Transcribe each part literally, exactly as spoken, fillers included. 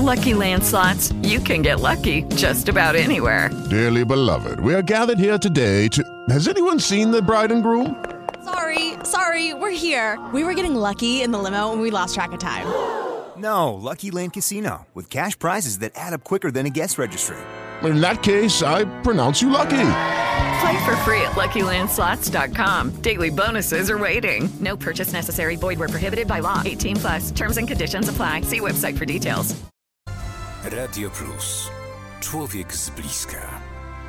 Lucky Land Slots, you can get lucky just about anywhere. Dearly beloved, we are gathered here today to... Has anyone seen the bride and groom? Sorry, sorry, we're here. We were getting lucky in the limo and we lost track of time. No, Lucky Land Casino, with cash prizes that add up quicker than a guest registry. In that case, I pronounce you lucky. Play for free at lucky land slots dot com. Daily bonuses are waiting. No purchase necessary. Void where prohibited by law. eighteen plus. Terms and conditions apply. See website for details. Radio Plus. Człowiek z bliska.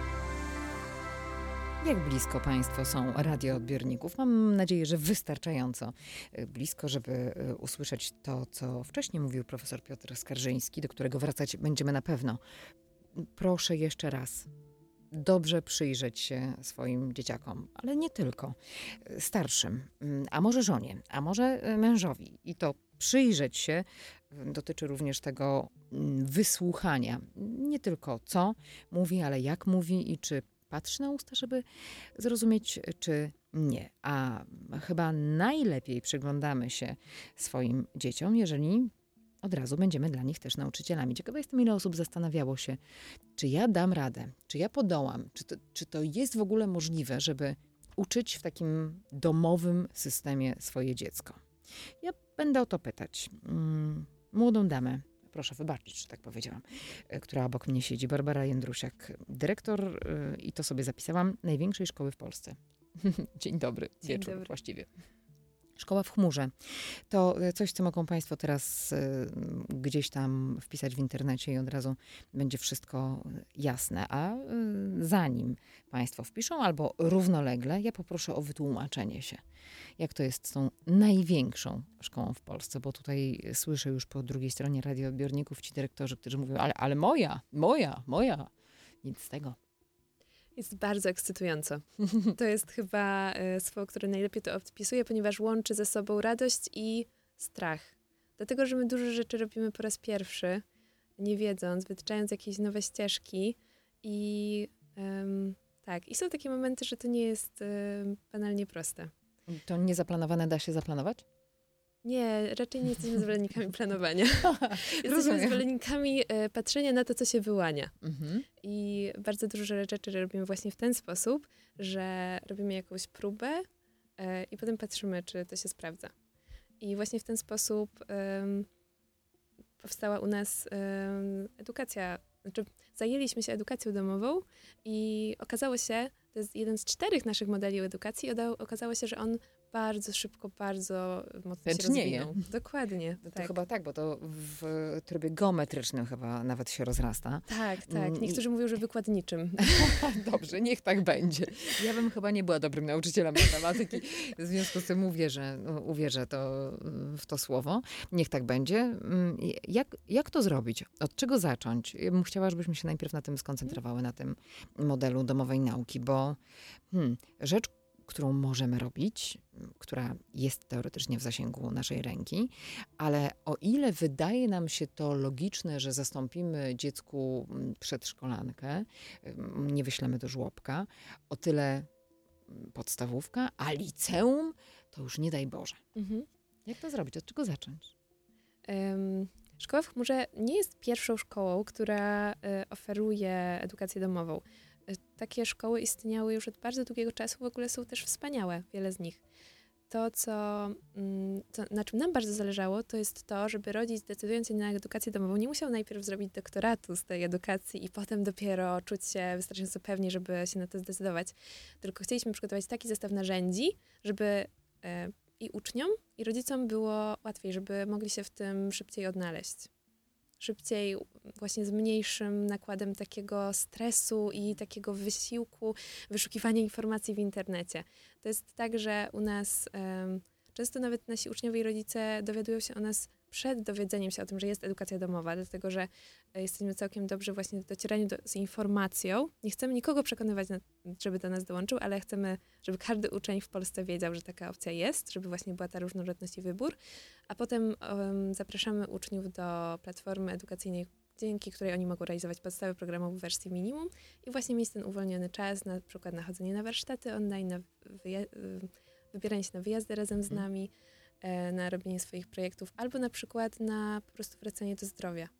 Jak blisko Państwo są radioodbiorników? Mam nadzieję, że wystarczająco blisko, żeby usłyszeć to, co wcześniej mówił profesor Piotr Skarżyński, do którego wracać będziemy na pewno. Proszę jeszcze raz dobrze przyjrzeć się swoim dzieciakom, ale nie tylko. Starszym, a może żonie, a może mężowi. I to przyjrzeć się dotyczy również tego wysłuchania. Nie tylko co mówi, ale jak mówi i czy patrzy na usta, żeby zrozumieć, czy nie. A chyba najlepiej przyglądamy się swoim dzieciom, jeżeli od razu będziemy dla nich też nauczycielami. Ciekawa jestem, ile osób zastanawiało się, czy ja dam radę, czy ja podołam, czy to, czy to jest w ogóle możliwe, żeby uczyć w takim domowym systemie swoje dziecko. Ja będę o to pytać. Mm, młodą damę, proszę wybaczyć, że tak powiedziałam, która obok mnie siedzi, Barbara Jędrusiak, dyrektor, i to sobie zapisałam, największej szkoły w Polsce. Dzień dobry, Dzień wieczór dobry. właściwie. Szkoła w chmurze. To coś, co mogą Państwo teraz y, gdzieś tam wpisać w internecie i od razu będzie wszystko jasne. A y, zanim Państwo wpiszą albo równolegle, ja poproszę o wytłumaczenie się. Jak to jest z tą największą szkołą w Polsce? Bo tutaj słyszę już po drugiej stronie radioodbiorników ci dyrektorzy, którzy mówią, ale, ale moja, moja, moja. Nic z tego. Jest bardzo ekscytująco. To jest chyba e, słowo, które najlepiej to opisuje, ponieważ łączy ze sobą radość i strach. Dlatego, że my dużo rzeczy robimy po raz pierwszy, nie wiedząc, wytyczając jakieś nowe ścieżki i em, tak. I są takie momenty, że to nie jest e, banalnie proste. To niezaplanowane da się zaplanować? Nie, raczej nie jesteśmy zwolennikami planowania. Jesteśmy Rozumiem. zwolennikami e, patrzenia na to, co się wyłania. Mhm. I bardzo dużo rzeczy robimy właśnie w ten sposób, że robimy jakąś próbę e, i potem patrzymy, czy to się sprawdza. I właśnie w ten sposób em, powstała u nas em, edukacja, znaczy zajęliśmy się edukacją domową i okazało się, to jest jeden z czterech naszych modeli edukacji, oda- okazało się, że on bardzo szybko, bardzo mocno się Tęcznieje. rozwinął. Dokładnie. To, to tak. chyba tak, bo to w trybie geometrycznym chyba nawet się rozrasta. Tak, tak. Mm, Niektórzy mówią, że wykładniczym. Dobrze, niech tak będzie. Ja bym chyba nie była dobrym nauczycielem matematyki, w związku z tym uwierzę, no, uwierzę to, w to słowo. Niech tak będzie. Mm, Jak, jak to zrobić? Od czego zacząć? Ja bym chciała, żebyśmy się najpierw na tym skoncentrowały, na tym modelu domowej nauki, bo hmm, rzecz, którą możemy robić, która jest teoretycznie w zasięgu naszej ręki, ale o ile wydaje nam się to logiczne, że zastąpimy dziecku przedszkolankę, nie wyślemy do żłobka, o tyle podstawówka, a liceum to już nie daj Boże. Mhm. Jak to zrobić? Od czego zacząć? Um, Szkoła w chmurze nie jest pierwszą szkołą, która y, oferuje edukację domową. Y, takie szkoły istniały już od bardzo długiego czasu, w ogóle są też wspaniałe, wiele z nich. To, co, mm, co, na czym nam bardzo zależało, to jest to, żeby rodzic decydując się na edukację domową nie musiał najpierw zrobić doktoratu z tej edukacji i potem dopiero czuć się wystarczająco pewnie, żeby się na to zdecydować. Tylko chcieliśmy przygotować taki zestaw narzędzi, żeby y, i uczniom, i rodzicom było łatwiej, żeby mogli się w tym szybciej odnaleźć. Szybciej, właśnie z mniejszym nakładem takiego stresu i takiego wysiłku, wyszukiwania informacji w internecie. To jest tak, że u nas um, często nawet nasi uczniowie i rodzice dowiadują się o nas przed dowiedzeniem się o tym, że jest edukacja domowa, dlatego że jesteśmy całkiem dobrzy właśnie w docieraniu do, z informacją. Nie chcemy nikogo przekonywać, na, żeby do nas dołączył, ale chcemy, żeby każdy uczeń w Polsce wiedział, że taka opcja jest, żeby właśnie była ta różnorodność i wybór. A potem um, zapraszamy uczniów do platformy edukacyjnej, dzięki której oni mogą realizować podstawy programowe w wersji minimum i właśnie mieć ten uwolniony czas, na przykład na chodzenie na warsztaty online, na wyja- wybieranie się na wyjazdy razem z nami, na robienie swoich projektów, albo na przykład na po prostu wracanie do zdrowia.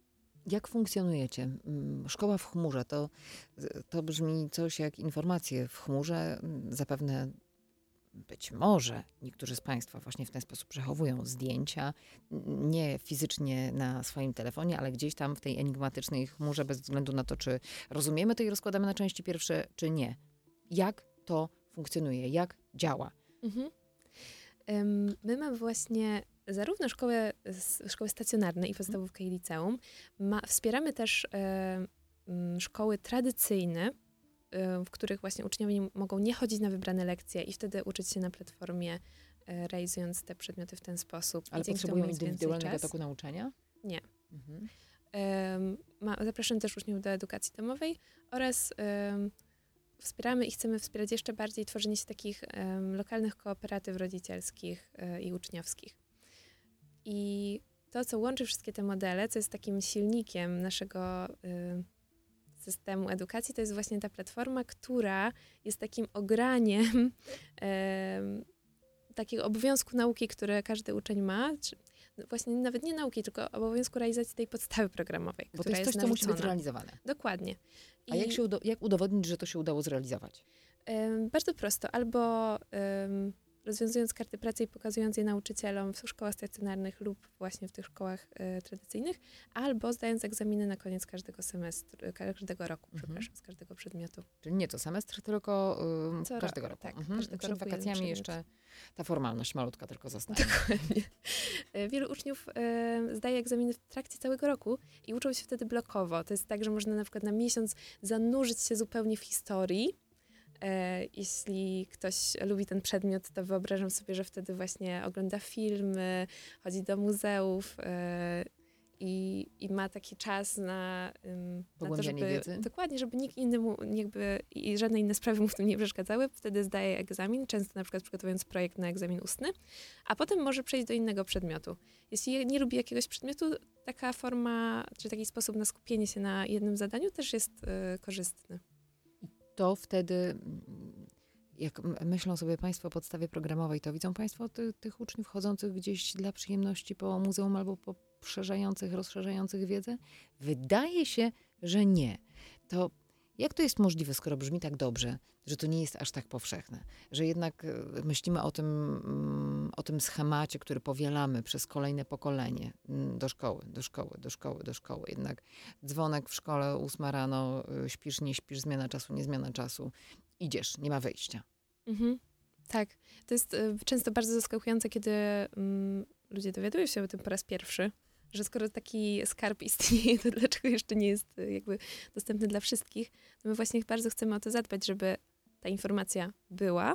Jak funkcjonujecie? Mm, Szkoła w chmurze to, to brzmi coś jak informacje w chmurze. Mm, Zapewne być może niektórzy z Państwa właśnie w ten sposób przechowują zdjęcia, n- nie fizycznie na swoim telefonie, ale gdzieś tam w tej enigmatycznej chmurze, bez względu na to, czy rozumiemy to i rozkładamy na części pierwsze, czy nie. Jak to funkcjonuje? Jak działa? Mhm. Em, My mamy właśnie zarówno szkołę, s- szkoły stacjonarne i podstawówkę i liceum. Ma, wspieramy też e, m, szkoły tradycyjne, e, w których właśnie uczniowie nie, mogą nie chodzić na wybrane lekcje i wtedy uczyć się na platformie, e, realizując te przedmioty w ten sposób. Ale I dzięki temu potrzebują jest więcej indywidualnego czas. toku nauczania? Nie. Mhm. Em, ma, zapraszamy też uczniów do edukacji domowej oraz em, wspieramy i chcemy wspierać jeszcze bardziej tworzenie się takich em, lokalnych kooperatyw rodzicielskich e, i uczniowskich. I to, co łączy wszystkie te modele, co jest takim silnikiem naszego em, systemu edukacji, to jest właśnie ta platforma, która jest takim ograniem em, takiego obowiązku nauki, które każdy uczeń ma, czy, no właśnie nawet nie nauki, tylko obowiązku realizacji tej podstawy programowej, Bo to która jest jest coś, co musi być narzucona. realizowane. Dokładnie. A jak, się udo- jak udowodnić, że to się udało zrealizować? Em, bardzo prosto. Albo em, rozwiązując karty pracy i pokazując je nauczycielom w szkołach stacjonarnych lub właśnie w tych szkołach e, tradycyjnych, albo zdając egzaminy na koniec każdego semestru, e, każdego roku, Mhm. przepraszam, z każdego przedmiotu. Czyli nie co semestr, tylko ym, Co każdego roku, roku. tak, Mhm. każdego Przed roku jeden wakacjami przedmiot. jeszcze ta formalność malutka tylko zostaje. Dokładnie. E, Wielu uczniów e, zdaje egzaminy w trakcie całego roku i uczą się wtedy blokowo. To jest tak, że można na przykład na miesiąc zanurzyć się zupełnie w historii. E, jeśli ktoś lubi ten przedmiot, to wyobrażam sobie, że wtedy właśnie ogląda filmy, chodzi do muzeów e, i, i ma taki czas na, ym, na to, Pogłębianie żeby... wiedzy. Dokładnie, żeby nikt inny mu jakby i żadne inne sprawy mu w tym nie przeszkadzały. Wtedy zdaje egzamin, często na przykład przygotowując projekt na egzamin ustny, a potem może przejść do innego przedmiotu. Jeśli nie lubi jakiegoś przedmiotu, taka forma, czy taki sposób na skupienie się na jednym zadaniu też jest y, korzystny. To wtedy, mm, jak m- myślą sobie Państwo o podstawie programowej, to widzą Państwo ty, tych uczniów chodzących gdzieś dla przyjemności po muzeum albo po poszerzających, rozszerzających wiedzę? Wydaje się, że nie. To jak to jest możliwe, skoro brzmi tak dobrze, że to nie jest aż tak powszechne? Że jednak e, myślimy o tym, mm, o tym schemacie, który powielamy przez kolejne pokolenie mm, do szkoły, do szkoły, do szkoły, do szkoły. Jednak dzwonek w szkole, ósma rano, y, śpisz, nie śpisz, zmiana czasu, nie zmiana czasu. Idziesz, nie ma wyjścia. Mhm. Tak. To jest y, często bardzo zaskakujące, kiedy mm, ludzie dowiadują się o tym po raz pierwszy, że skoro taki skarb istnieje, to dlaczego jeszcze nie jest y, jakby dostępny dla wszystkich? No my właśnie bardzo chcemy o to zadbać, żeby ta informacja była.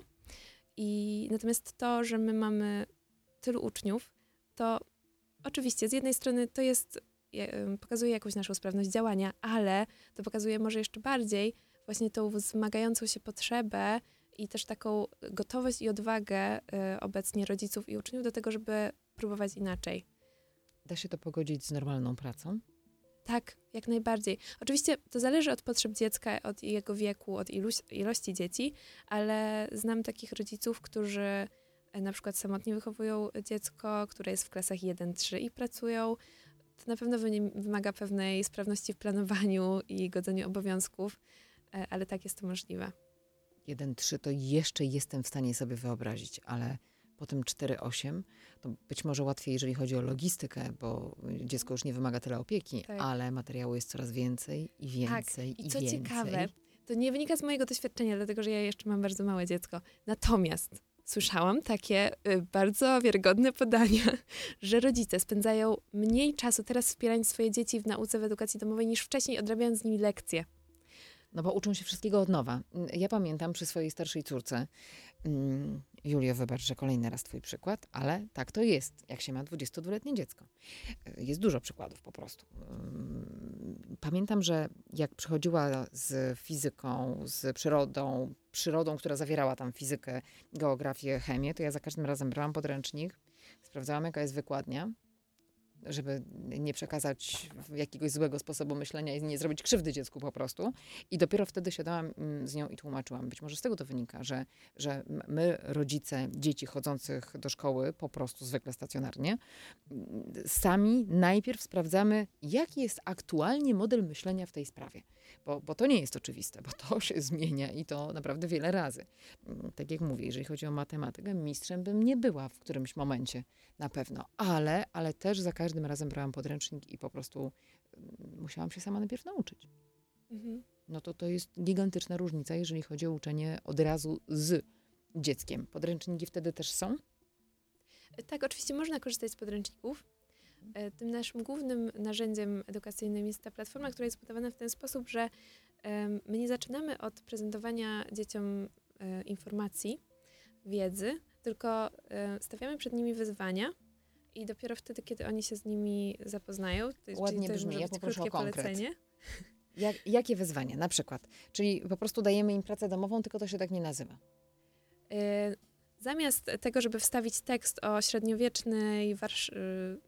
I natomiast to, że my mamy tylu uczniów, to oczywiście z jednej strony to jest, je- ym, pokazuje jakąś naszą sprawność działania, ale to pokazuje może jeszcze bardziej właśnie tą wzmagającą się potrzebę i też taką gotowość i odwagę y, obecnie rodziców i uczniów do tego, żeby próbować inaczej. Da się to pogodzić z normalną pracą? Tak, jak najbardziej. Oczywiście to zależy od potrzeb dziecka, od jego wieku, od iluś, ilości dzieci, ale znam takich rodziców, którzy e, na przykład samotnie wychowują dziecko, które jest w klasach jeden trzy i pracują. To na pewno wyni- wymaga pewnej sprawności w planowaniu i godzeniu obowiązków, e, ale tak jest to możliwe. jeden trzy to jeszcze jestem w stanie sobie wyobrazić, ale potem cztery osiem to być może łatwiej, jeżeli chodzi o logistykę, bo dziecko już nie wymaga tyle opieki, Tak. ale materiału jest coraz więcej i więcej Tak. I i co więcej. ciekawe, to nie wynika z mojego doświadczenia, dlatego że ja jeszcze mam bardzo małe dziecko. Natomiast słyszałam takie y, bardzo wiarygodne podania, że rodzice spędzają mniej czasu teraz wspierając swoje dzieci w nauce w edukacji domowej niż wcześniej odrabiając z nimi lekcje. No bo uczą się wszystkiego od nowa. Ja pamiętam przy swojej starszej córce, mm, Julio, wybacz, że kolejny raz twój przykład, ale tak to jest, jak się ma dwudziestodwuletnie dziecko. Jest dużo przykładów po prostu. Ym, Pamiętam, że jak przychodziła z fizyką, z przyrodą, przyrodą, która zawierała tam fizykę, geografię, chemię, to ja za każdym razem brałam podręcznik, sprawdzałam, jaka jest wykładnia, żeby nie przekazać jakiegoś złego sposobu myślenia i nie zrobić krzywdy dziecku po prostu. I dopiero wtedy siadałam z nią i tłumaczyłam. Być może z tego to wynika, że, że my, rodzice dzieci chodzących do szkoły, po prostu zwykle stacjonarnie, sami najpierw sprawdzamy, jaki jest aktualnie model myślenia w tej sprawie. Bo, bo to nie jest oczywiste, bo to się zmienia i to naprawdę wiele razy. Tak jak mówię, jeżeli chodzi o matematykę, mistrzem bym nie była w którymś momencie na pewno, ale, ale też za każdym razem brałam podręcznik i po prostu musiałam się sama najpierw nauczyć. Mhm. No to to jest gigantyczna różnica, jeżeli chodzi o uczenie od razu z dzieckiem. Podręczniki wtedy też są? Tak, oczywiście można korzystać z podręczników. Tym naszym głównym narzędziem edukacyjnym jest ta platforma, która jest budowana w ten sposób, że my nie zaczynamy od prezentowania dzieciom informacji, wiedzy, tylko stawiamy przed nimi wyzwania i dopiero wtedy, kiedy oni się z nimi zapoznają, to jest, ładnie to brzmi, ja poproszę o konkret. Polecenie. Jak, jakie wyzwania na przykład? Czyli po prostu dajemy im pracę domową, tylko to się tak nie nazywa. Y- zamiast tego, żeby wstawić tekst o średniowiecznej Warszawie,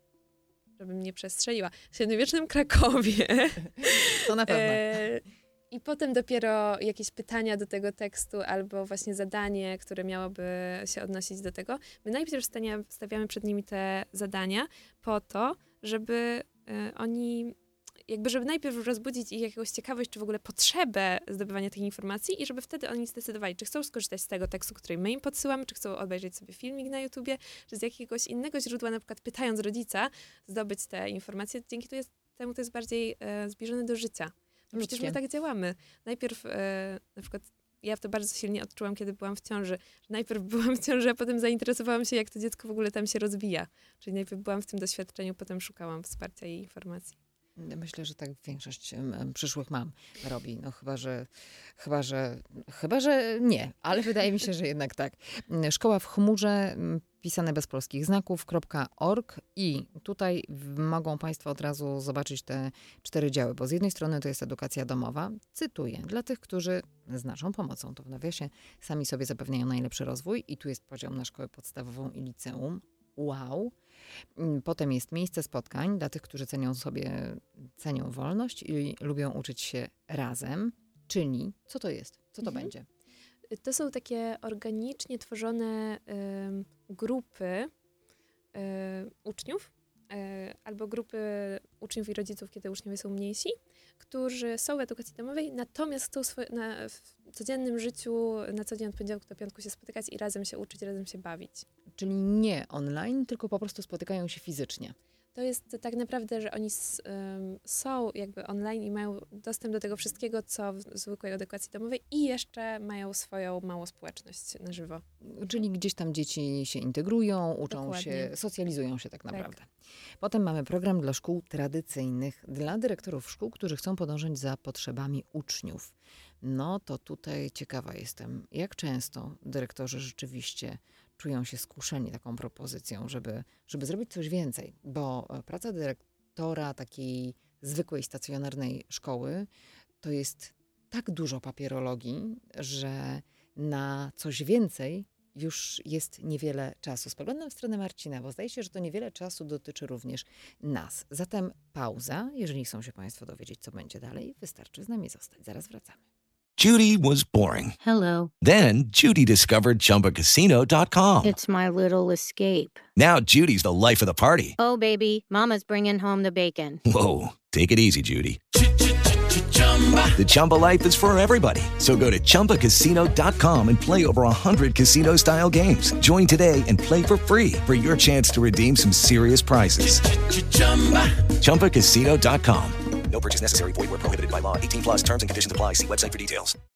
żebym nie przestrzeliła, w średniowiecznym Krakowie. To na pewno. E, I potem dopiero jakieś pytania do tego tekstu albo właśnie zadanie, które miałoby się odnosić do tego. My najpierw stania, stawiamy przed nimi te zadania po to, żeby e, oni, jakby żeby najpierw rozbudzić ich jakąś ciekawość, czy w ogóle potrzebę zdobywania tych informacji i żeby wtedy oni zdecydowali, czy chcą skorzystać z tego tekstu, który my im podsyłamy, czy chcą obejrzeć sobie filmik na YouTubie, czy z jakiegoś innego źródła, na przykład pytając rodzica, zdobyć te informacje. Dzięki to jest, temu to jest bardziej e, zbliżone do życia. Bo przecież my tak działamy. Najpierw e, na przykład ja to bardzo silnie odczułam, kiedy byłam w ciąży. Że najpierw byłam w ciąży, a potem zainteresowałam się, jak to dziecko w ogóle tam się rozwija. Czyli najpierw byłam w tym doświadczeniu, potem szukałam wsparcia i informacji. Myślę, że tak większość um, przyszłych mam robi. No chyba, że chyba, że chyba, że nie, ale wydaje mi się, że jednak tak. Szkoła w chmurze, pisane bez polskich znaków, .org i tutaj mogą Państwo od razu zobaczyć te cztery działy, bo z jednej strony to jest edukacja domowa, cytuję, dla tych, którzy z naszą pomocą, to w nawiasie, sami sobie zapewniają najlepszy rozwój i tu jest poziom na szkołę podstawową i liceum. Wow. Potem jest miejsce spotkań dla tych, którzy cenią sobie, cenią wolność i lubią uczyć się razem. Czyli, co to jest? Co to mhm. będzie? To są takie organicznie tworzone y, grupy y, uczniów, y, albo grupy uczniów i rodziców, kiedy uczniowie są mniejsi, którzy są w edukacji domowej, natomiast chcą swoje, na, w codziennym życiu, na co dzień od poniedziałku do piątku się spotykać i razem się uczyć, razem się bawić. Czyli nie online, tylko po prostu spotykają się fizycznie. To jest tak naprawdę, że oni s, um, są jakby online i mają dostęp do tego wszystkiego, co w zwykłej edukacji domowej i jeszcze mają swoją małą społeczność na żywo. Czyli gdzieś tam dzieci się integrują, uczą Dokładnie. się, socjalizują się tak naprawdę. Tak. Potem mamy program dla szkół tradycyjnych, dla dyrektorów szkół, którzy chcą podążać za potrzebami uczniów. No to tutaj ciekawa jestem, jak często dyrektorzy rzeczywiście czują się skuszeni taką propozycją, żeby, żeby zrobić coś więcej, bo praca dyrektora takiej zwykłej, stacjonarnej szkoły to jest tak dużo papierologii, że na coś więcej już jest niewiele czasu. Spoglądam w stronę Marcina, bo zdaje się, że to niewiele czasu dotyczy również nas. Zatem pauza, jeżeli chcą się Państwo dowiedzieć, co będzie dalej, wystarczy z nami zostać. Zaraz wracamy. Judy was boring. Hello. Then Judy discovered Chumba Casino dot com. It's my little escape. Now Judy's the life of the party. Oh, baby, mama's bringing home the bacon. Whoa, take it easy, Judy. The Chumba life is for everybody. So go to Chumba Casino dot com and play over one hundred casino-style games. Join today and play for free for your chance to redeem some serious prizes. Chumba Casino dot com. No purchase necessary. Void where prohibited by law. eighteen plus terms and conditions apply. See website for details.